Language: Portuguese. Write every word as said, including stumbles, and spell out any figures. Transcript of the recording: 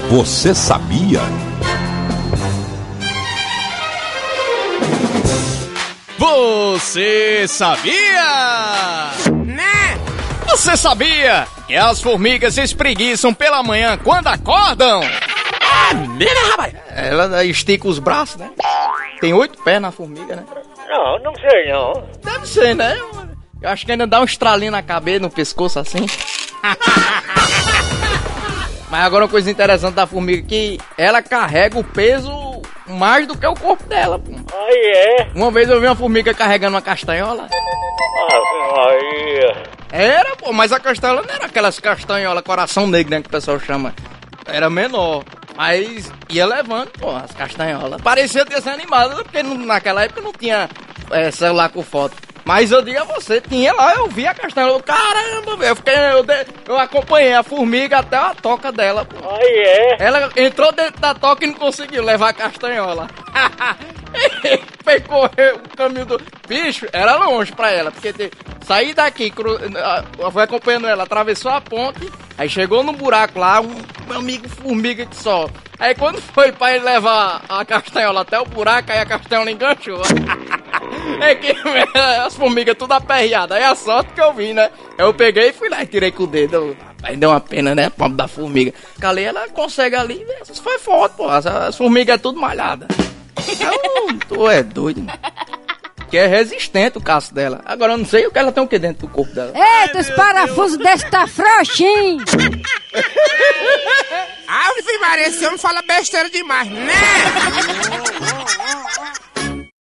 Você sabia? Você sabia? Né? Você sabia que as formigas espreguiçam pela manhã quando acordam? É mesmo, rapaz? Ela estica os braços, né? Tem oito pés na formiga, né? Não, não sei não. Deve ser, né? Eu acho que ainda dá um estralinho na cabeça, no pescoço assim. Mas agora uma coisa interessante da formiga é que ela carrega o peso mais do que o corpo dela, pô. Aí é. Uma vez eu vi uma formiga carregando uma castanhola. Ah, aí. Era, pô, mas a castanhola não era aquelas castanholas coração negro, né, que o pessoal chama. Era menor. Mas ia levando, pô, as castanholas. Parecia ter sido animada, porque não, naquela época não tinha é, celular com foto. Mas eu digo a você, tinha lá, eu vi a castanhola. Caramba, velho, eu, fiquei, eu, de, eu acompanhei a formiga até a toca dela, pô. Aí é. Ela entrou dentro da toca e não conseguiu levar a castanhola. Foi correr o caminho do bicho, era longe pra ela, porque te, saí daqui, cru, foi acompanhando ela, atravessou a ponte, aí chegou num buraco lá, um meu amigo formiga que só. Aí quando foi pra ele levar a castanhola até o buraco, aí a castanhola enganchou. É que as formigas tudo aperreadas, aí a sorte que eu vi, né? Eu peguei e fui lá e tirei com o dedo. Aí deu uma pena, né? Pobre da formiga. Calei, ela consegue ali, essas foi foto, pô. As, as formigas é tudo malhada. Então, tu é doido, né? Que é resistente o caço dela. Agora eu não sei o que ela tem o que dentro do corpo dela. Eita, os parafusos desse tá frouxinho. Ave Maria, esse homem fala besteira demais, né?